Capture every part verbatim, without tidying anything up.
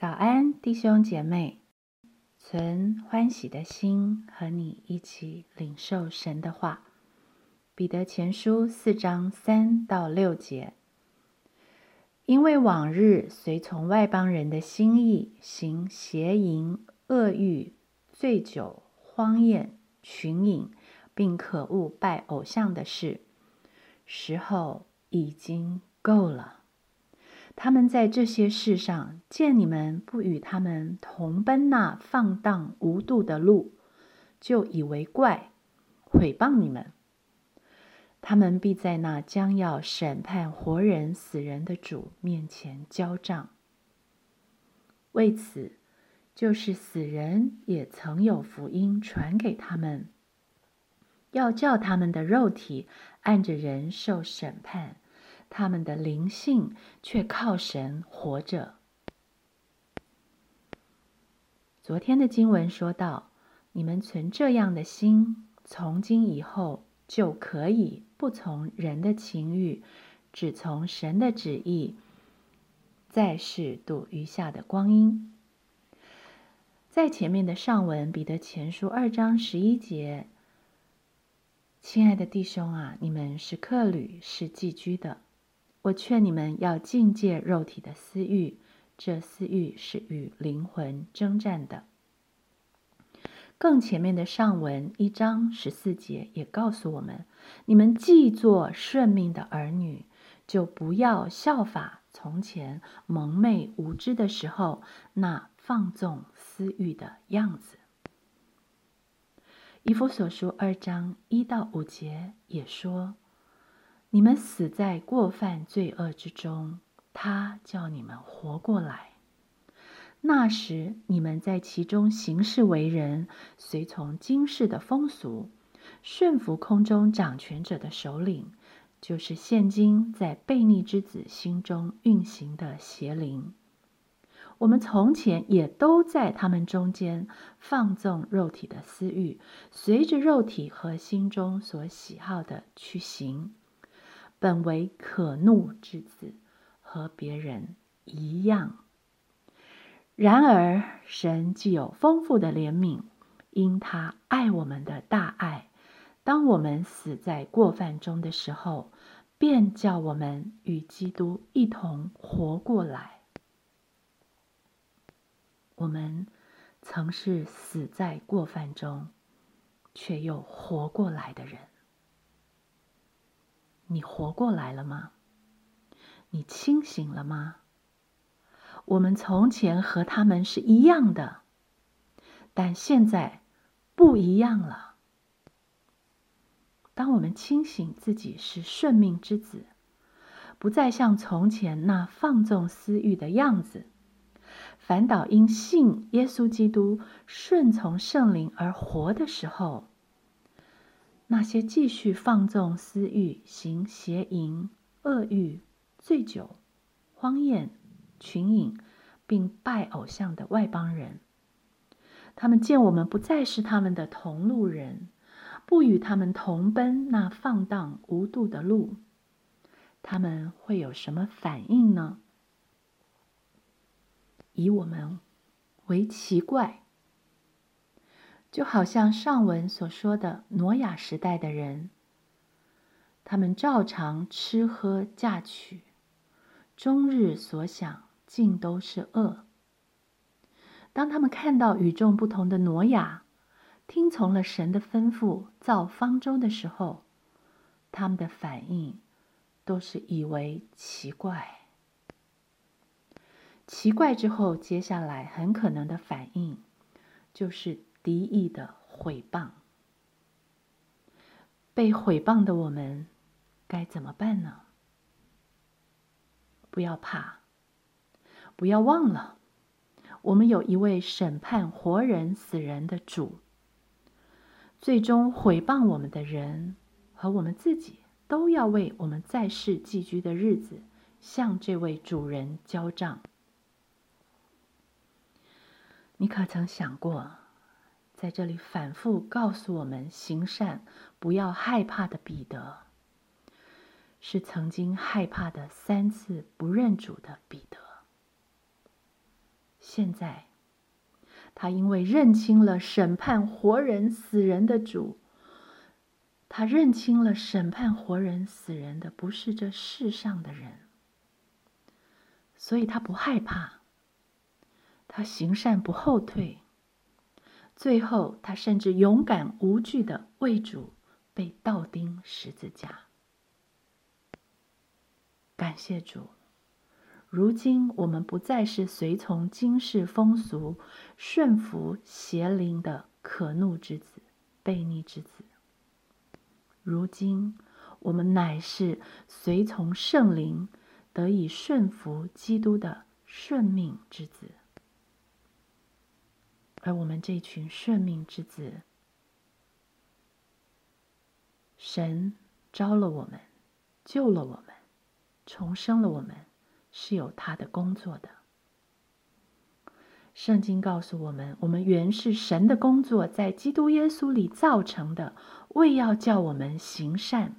早安，弟兄姐妹，存欢喜的心和你一起领受神的话。彼得前书四章三到六节，因为往日随从外邦人的心意，行邪淫、恶欲、醉酒、荒宴、群饮，并可恶拜偶像的事，时候已经够了。他们在这些事上见你们不与他们同奔那放荡无度的路，就以为怪，毁谤你们。他们必在那将要审判活人死人的主面前交账。为此，就是死人也曾有福音传给他们，要叫他们的肉体按着人受审判，他们的灵性却靠神活着。昨天的经文说到，你们存这样的心，从今以后就可以不从人的情欲，只从神的旨意，在世度余下的光阴。在前面的上文彼得前书二章十一节，亲爱的弟兄啊，你们是客旅，是寄居的。我劝你们要禁戒肉体的私欲，这私欲是与灵魂征战的。更前面的上文一章十四节也告诉我们，你们既做顺命的儿女，就不要效法从前蒙昧无知的时候那放纵私欲的样子。以弗所书二章一到五节也说，你们死在过犯罪恶之中，他叫你们活过来。那时你们在其中行事为人，随从今世的风俗，顺服空中掌权者的首领，就是现今在悖逆之子心中运行的邪灵。我们从前也都在他们中间放纵肉体的私欲，随着肉体和心中所喜好的去行，本为可怒之子，和别人一样。然而神既有丰富的怜悯，因他爱我们的大爱，当我们死在过犯中的时候，便叫我们与基督一同活过来。我们曾是死在过犯中，却又活过来的人。你活过来了吗？你清醒了吗？我们从前和他们是一样的，但现在不一样了。当我们清醒自己是顺命之子，不再像从前那放纵私欲的样子，反倒因信耶稣基督顺从圣灵而活的时候，那些继续放纵私欲、行邪淫、恶欲、醉酒、荒宴、群饮，并拜偶像的外邦人，他们见我们不再是他们的同路人，不与他们同奔那放荡无度的路，他们会有什么反应呢？以我们为奇怪，就好像上文所说的挪亚时代的人，他们照常吃喝嫁娶，终日所想尽都是恶。当他们看到与众不同的挪亚听从了神的吩咐造方舟的时候，他们的反应都是以为奇怪。奇怪之后，接下来很可能的反应就是敌意的毁谤。被毁谤的我们该怎么办呢？不要怕，不要忘了，我们有一位审判活人死人的主，最终毁谤我们的人和我们自己都要为我们在世寄居的日子向这位主人交账。你可曾想过，在这里反复告诉我们行善不要害怕的彼得，是曾经害怕的三次不认主的彼得。 现在，他因为认清了审判活人死人的主，他认清了审判活人死人的不是这世上的人，所以他不害怕，他行善不后退，最后他甚至勇敢无惧的为主被倒钉十字架。感谢主，如今我们不再是随从今世风俗、顺服邪灵的可怒之子、悖逆之子。如今我们乃是随从圣灵，得以顺服基督的顺命之子。而我们这群顺命之子，神招了我们，救了我们，重生了我们，是有他的工作的。圣经告诉我们，我们原是神的工作，在基督耶稣里造成的，为要叫我们行善。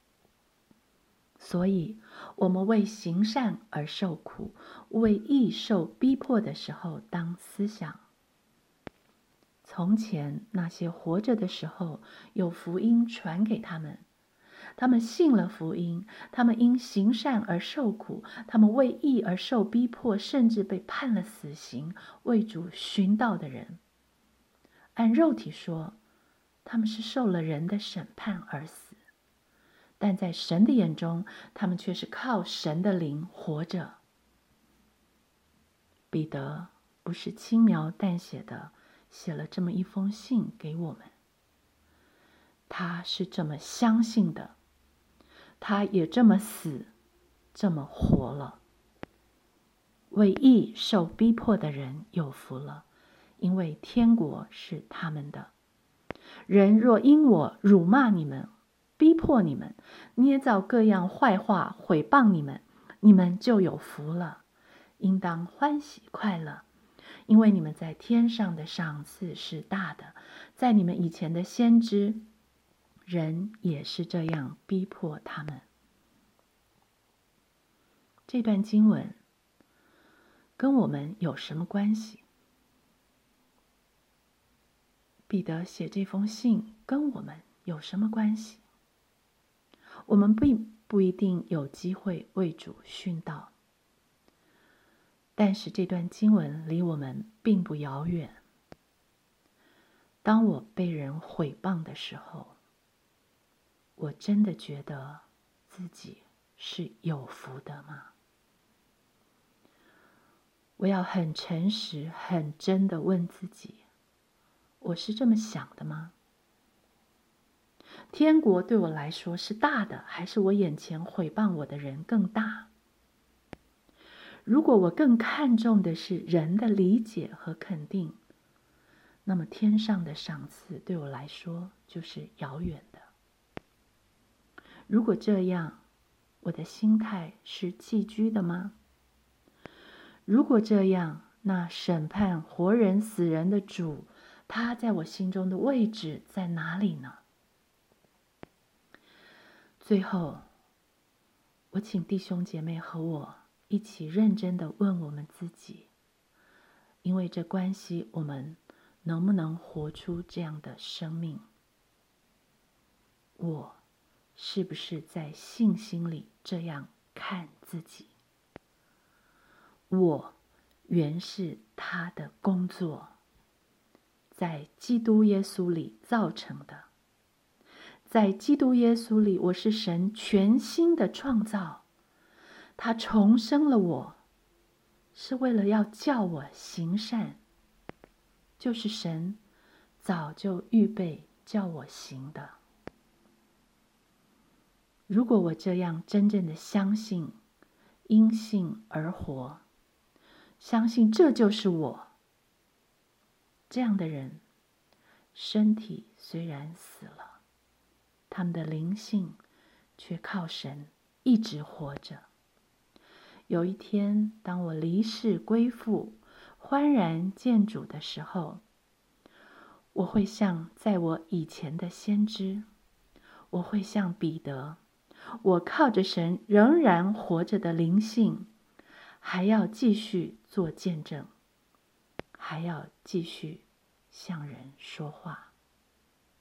所以我们为行善而受苦，为义受逼迫的时候，当思想从前那些活着的时候，有福音传给他们，他们信了福音，他们因行善而受苦，他们为义而受逼迫，甚至被判了死刑，为主寻道的人。按肉体说，他们是受了人的审判而死，但在神的眼中，他们却是靠神的灵活着。彼得不是轻描淡写的写了这么一封信给我们，他是这么相信的，他也这么死，这么活了。为义受逼迫的人有福了，因为天国是他们的。人若因我辱骂你们，逼迫你们，捏造各样坏话毁谤你们，你们就有福了，应当欢喜快乐，因为你们在天上的赏赐是大的。在你们以前的先知，人也是这样逼迫他们。这段经文跟我们有什么关系？彼得写这封信跟我们有什么关系？我们并不一定有机会为主殉道，但是这段经文离我们并不遥远。当我被人毁谤的时候，我真的觉得自己是有福的吗？我要很诚实、很真的问自己，我是这么想的吗？天国对我来说是大的，还是我眼前毁谤我的人更大？如果我更看重的是人的理解和肯定，那么天上的赏赐对我来说就是遥远的。如果这样，我的心态是寄居的吗？如果这样，那审判活人死人的主，他在我心中的位置在哪里呢？最后，我请弟兄姐妹和我一起认真的问我们自己，因为这关系我们能不能活出这样的生命。我是不是在信心里这样看自己？我原是他的工作，在基督耶稣里造成的。在基督耶稣里，我是神全新的创造，他重生了我，是为了要叫我行善，就是神早就预备叫我行的。如果我这样真正的相信，因信而活，相信这就是我，这样的人，身体虽然死了，他们的灵性却靠神一直活着。有一天，当我离世归父，欢然见主的时候，我会像在我以前的先知，我会像彼得，我靠着神仍然活着的灵性，还要继续做见证， 还要继续向人说话。